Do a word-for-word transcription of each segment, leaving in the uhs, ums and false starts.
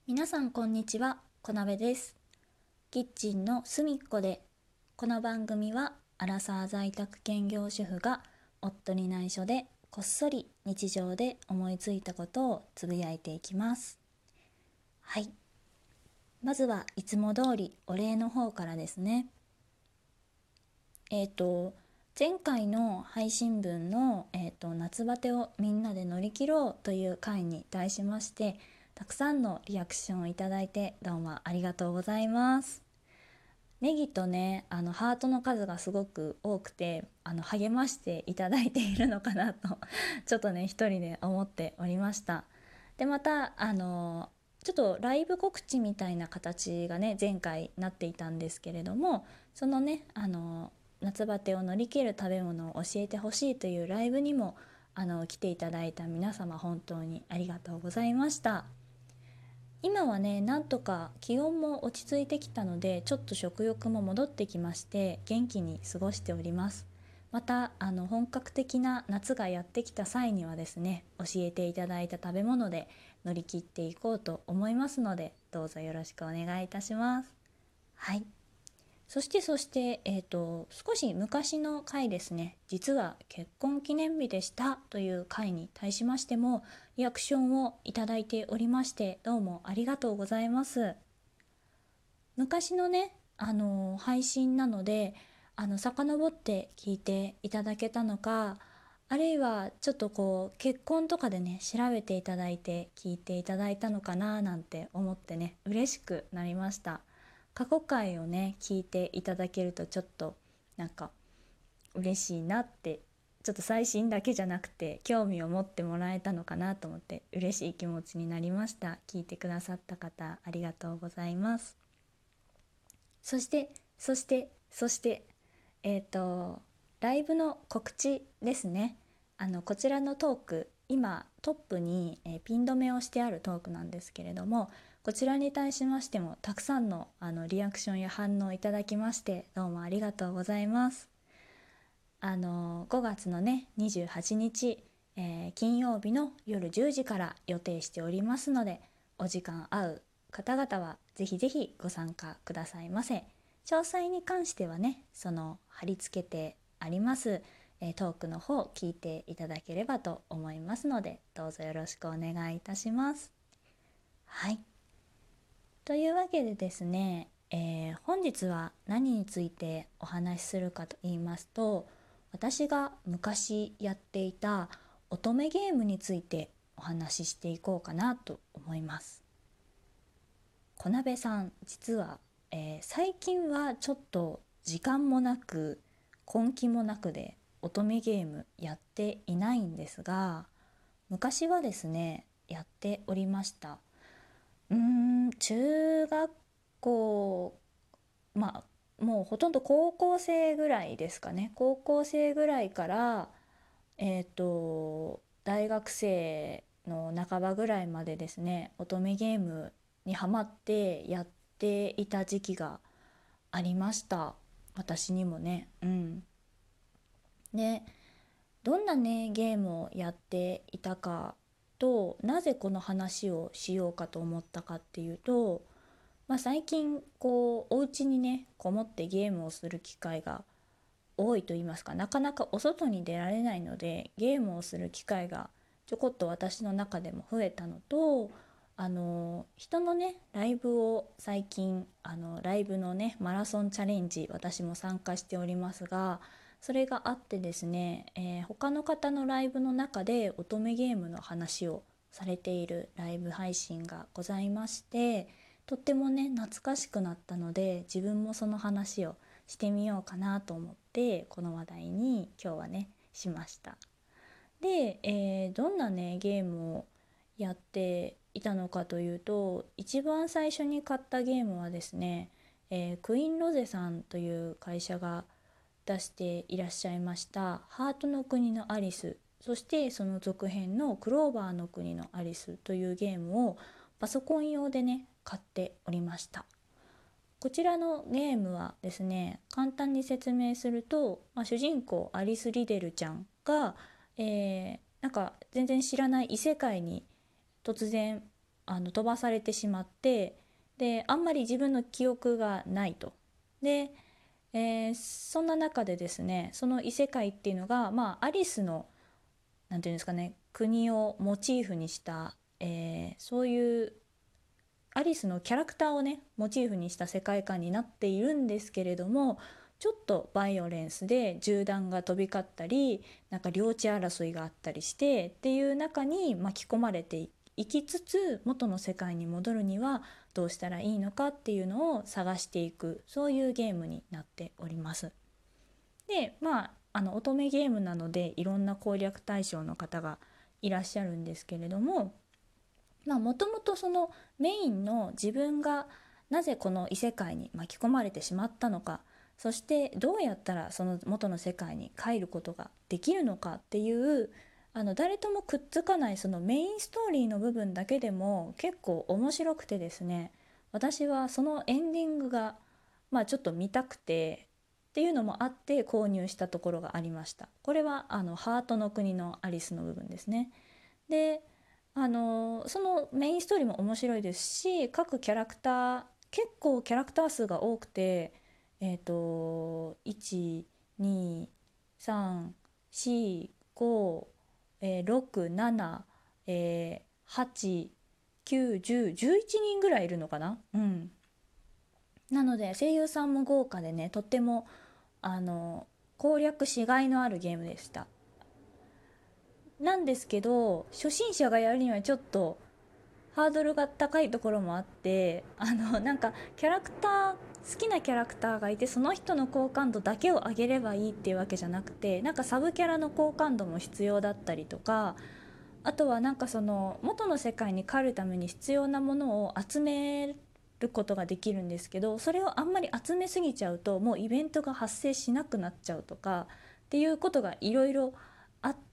皆さんこんにちは、こなべです。キッチンの隅っこで、この番組はアラサー在宅兼業主婦が夫に内緒でこっそり日常で思いついたことをつぶやいていきます。はい、まずはいつも通りお礼の方からですね。えっ、と前回の配信分の、えーと夏バテをみんなで乗り切ろうという回に題しまして、たくさんのリアクションをいただいてどうもありがとうございます。ネギとね、あのハートの数がすごく多くて、あの励ましていただいているのかなとちょっとね一人で思っておりました。でまたあのちょっとライブ告知みたいな形がね前回なっていたんですけれども、そのねあの夏バテを乗り切る食べ物を教えてほしいというライブにもあの来ていただいた皆様、本当にありがとうございました。今はねなんとか気温も落ち着いてきたので、ちょっと食欲も戻ってきまして元気に過ごしております。またあの本格的な夏がやってきた際にはですね、教えていただいた食べ物で乗り切っていこうと思いますので、どうぞよろしくお願いいたします。はい、そしてそして、えーと、少し昔の回ですね、実は結婚記念日でしたという回に対しましても、リアクションをいただいておりまして、どうもありがとうございます。昔のね、あの配信なので、あの遡って聞いていただけたのか、あるいはちょっとこう結婚とかでね調べていただいて聞いていただいたのかななんて思ってね、嬉しくなりました。過去回をね聞いていただけるとちょっとなんか嬉しいなって、ちょっと最新だけじゃなくて興味を持ってもらえたのかなと思って嬉しい気持ちになりました。聞いてくださった方ありがとうございます。そしてそしてそしてえっ、とライブの告知ですね。あのこちらのトーク、今トップに、えーピン止めをしてあるトークなんですけれども、こちらに対しましてもたくさんのあのリアクションや反応いただきまして、どうもありがとうございます。あのごがつのねにじゅうはちにち、えー金曜日の夜じゅうじから予定しておりますので、お時間合う方々はぜひぜひご参加くださいませ。詳細に関してはね、その貼り付けてあります、えートークの方聞いていただければと思いますので、どうぞよろしくお願いいたします。はい、というわけでですね、えー本日は何についてお話しするかと言いますと、私が昔やっていた乙女ゲームについてお話ししていこうかなと思います。小鍋さん、実は、えー最近はちょっと時間もなく根気もなくで乙女ゲームやっていないんですが、昔はですねやっておりました。うーん中学校、まあもうほとんど高校生ぐらいですかね。高校生ぐらいからえっと大学生の半ばぐらいまでですね、乙女ゲームにハマってやっていた時期がありました。私にもね。うん。で、どんなねゲームをやっていたかと、なぜこの話をしようかと思ったかっていうと、まあ、最近こうお家にねこもってゲームをする機会が多いと言いますか、なかなかお外に出られないのでゲームをする機会がちょこっと私の中でも増えたのと、あの人のねライブを最近あのライブのねマラソンチャレンジ、私も参加しておりますが、それがあってですね、えー他の方のライブの中で乙女ゲームの話をされているライブ配信がございまして、とってもね懐かしくなったので、自分もその話をしてみようかなと思ってこの話題に今日はねしました。で、えーどんなねゲームをやっていたのかというと、一番最初に買ったゲームはですね、えークイーンロゼさんという会社が出していらっしゃいましたハートの国のアリス、そしてその続編のクローバーの国のアリスというゲームをパソコン用でね買っておりました。こちらのゲームはですね、簡単に説明すると、まあ、主人公アリス・リデルちゃんが、えーなんか全然知らない異世界に突然あの飛ばされてしまって、であんまり自分の記憶がないと。で、えーそんな中でですね、その異世界っていうのが、まあ、アリスのなんていうんですかね、国をモチーフにした、えーそういうアリスのキャラクターをねモチーフにした世界観になっているんですけれども、ちょっとバイオレンスで銃弾が飛び交ったり、なんか領地争いがあったりしてっていう中に巻き込まれていきつつ、元の世界に戻るにはどうしたらいいのかっていうのを探していく、そういうゲームになっております。でまああの乙女ゲームなのでいろんな攻略対象の方がいらっしゃるんですけれども、まあもともとそのメインの自分がなぜこの異世界に巻き込まれてしまったのか、そしてどうやったらその元の世界に帰ることができるのかっていう、あの誰ともくっつかないそのメインストーリーの部分だけでも結構面白くてですね、私はそのエンディングがまあちょっと見たくてっていうのもあって購入したところがありました。これはあのハートの国のアリスの部分ですね。であのそのメインストーリーも面白いですし、各キャラクター結構キャラクター数が多くて、えっ、といち、に、さん、よん、ご、えー、ろく、なな、えー、はち、きゅう、じゅう、じゅういちにんぐらいいるのかな。うん。なので声優さんも豪華でね、とってもあの攻略しがいのあるゲームでした。なんですけど初心者がやるにはちょっとハードルが高いところもあって、あのなんかキャラクター好きなキャラクターがいてその人の好感度だけを上げればいいっていうわけじゃなくて、なんかサブキャラの好感度も必要だったりとか、あとはなんかその元の世界に帰るために必要なものを集めることができるんですけど、それをあんまり集めすぎちゃうともうイベントが発生しなくなっちゃうとかっていうことがいろいろあって、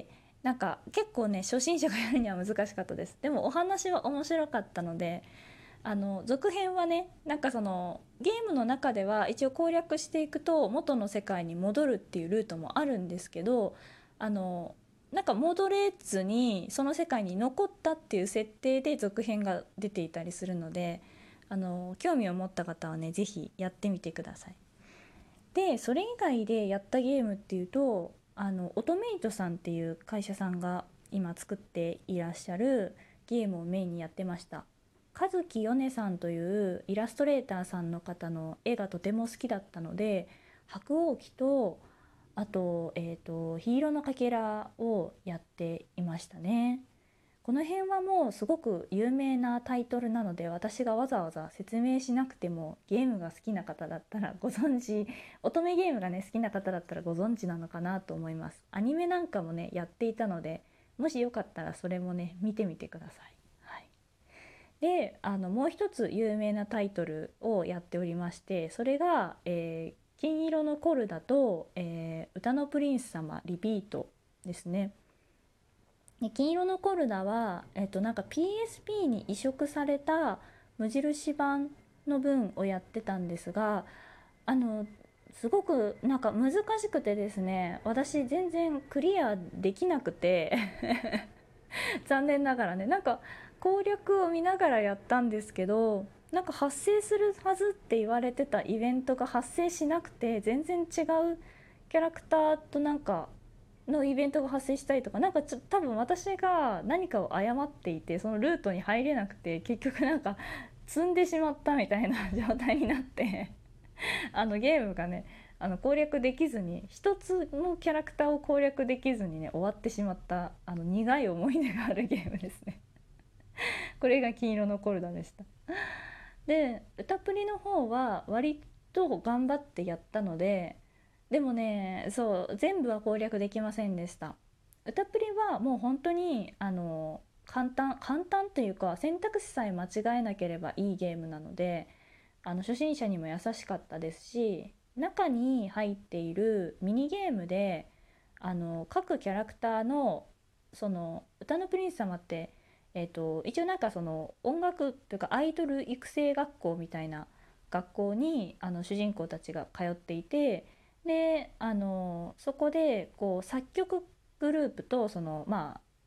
なんか結構ね初心者がやるには難しかったです。でもお話は面白かったので、あの続編はね、なんかそのゲームの中では一応攻略していくと元の世界に戻るっていうルートもあるんですけど、あのなんか戻れずにその世界に残ったっていう設定で続編が出ていたりするので、あの興味を持った方はね是非やってみてください。でそれ以外でやったゲームっていうと、あのオトメイトさんっていう会社さんが今作っていらっしゃるゲームをメインにやってました。和樹ヨネさんというイラストレーターさんの方の絵がとても好きだったので、白鸚記とあと,、えーと「緋色のかけら」をやっていましたね。この辺はもうすごく有名なタイトルなので私がわざわざ説明しなくてもゲームが好きな方だったらご存知、乙女ゲームがね好きな方だったらご存知なのかなと思います。アニメなんかもねやっていたので、もしよかったらそれもね見てみてください。はい、であのもう一つ有名なタイトルをやっておりまして、それが、えー金色のコルダと、えー歌のプリンス様リピートですね。で金色のコルダは、えっと、なんか ピーエスピー に移植された無印版の分をやってたんですが、あのすごくなんか難しくてですね、私全然クリアできなくて残念ながらね、なんか攻略を見ながらやったんですけど、なんか発生するはずって言われてたイベントが発生しなくて、全然違うキャラクターとなんかのイベントが発生したりとか、なんかちょ多分私が何かを誤っていてそのルートに入れなくて、結局なんか積んでしまったみたいな状態になってあのゲームがねあの攻略できずに、一つのキャラクターを攻略できずにね終わってしまった、あの苦い思い出があるゲームですねこれが金色のコルダでした。で歌プリの方は割と頑張ってやったので、でもねそう全部は攻略できませんでした。歌プリはもう本当にあの簡単簡単というか選択肢さえ間違えなければいいゲームなので、あの初心者にも優しかったですし、中に入っているミニゲームであの各キャラクターのその歌のプリンス様って、えーと、一応なんかその音楽というかアイドル育成学校みたいな学校にあの主人公たちが通っていて、であのそこでこう作曲グループとそのまあ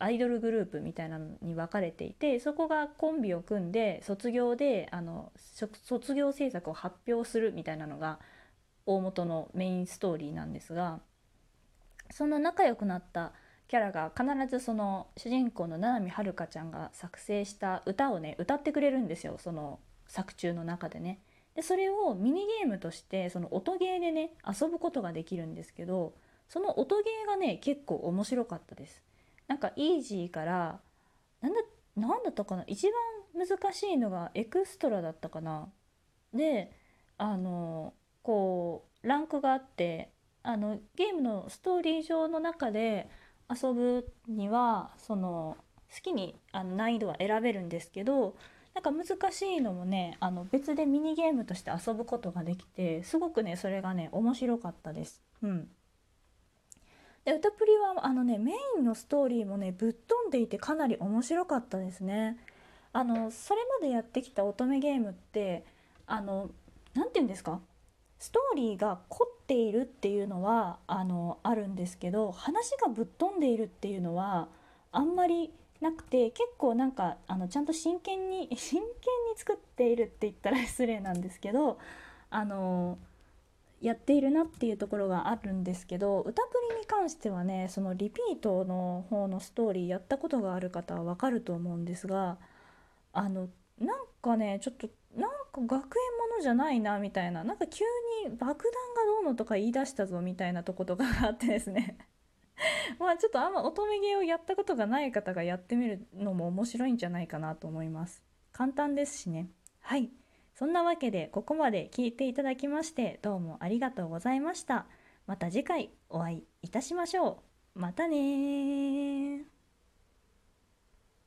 アイドルグループみたいなのに分かれていて、そこがコンビを組んで卒業であの卒業制作を発表するみたいなのが大元のメインストーリーなんですが、その仲良くなったキャラが必ずその主人公の七海遥香ちゃんが作成した歌をね歌ってくれるんですよ、その作中の中でね。でそれをミニゲームとしてその音ゲーでね遊ぶことができるんですけど、その音ゲーがね結構面白かったです。なんかイージーからなんだ、なんだったかな、一番難しいのがエクストラだったかな。であのこうランクがあって、あのゲームのストーリー上の中で遊ぶにはその好きにあの難易度は選べるんですけど、なんか難しいのもねあの別でミニゲームとして遊ぶことができて、すごくねそれがね面白かったです。うん。で歌プリはあのねメインのストーリーもねぶっ飛んでいてかなり面白かったですね。あのそれまでやってきた乙女ゲームってあのなんて言うんですか、ストーリーが凝っているっていうのはあのあるんですけど、話がぶっ飛んでいるっていうのはあんまりなくて、結構なんかあのちゃんと真剣に真剣に作っているって言ったら失礼なんですけど、あのやっているなっていうところがあるんですけど、歌プリに関してはねそのリピートの方のストーリーやったことがある方はわかると思うんですが、あのなんかねちょっとなんか学園ものじゃないなみたいな、なんか急に爆弾がどうのとか言い出したぞみたいなとことかがあってですねまあちょっとあんま乙女ゲーをやったことがない方がやってみるのも面白いんじゃないかなと思います。簡単ですしね。はい、そんなわけでここまで聞いていただきましてどうもありがとうございました。また次回お会いいたしましょう。またねー。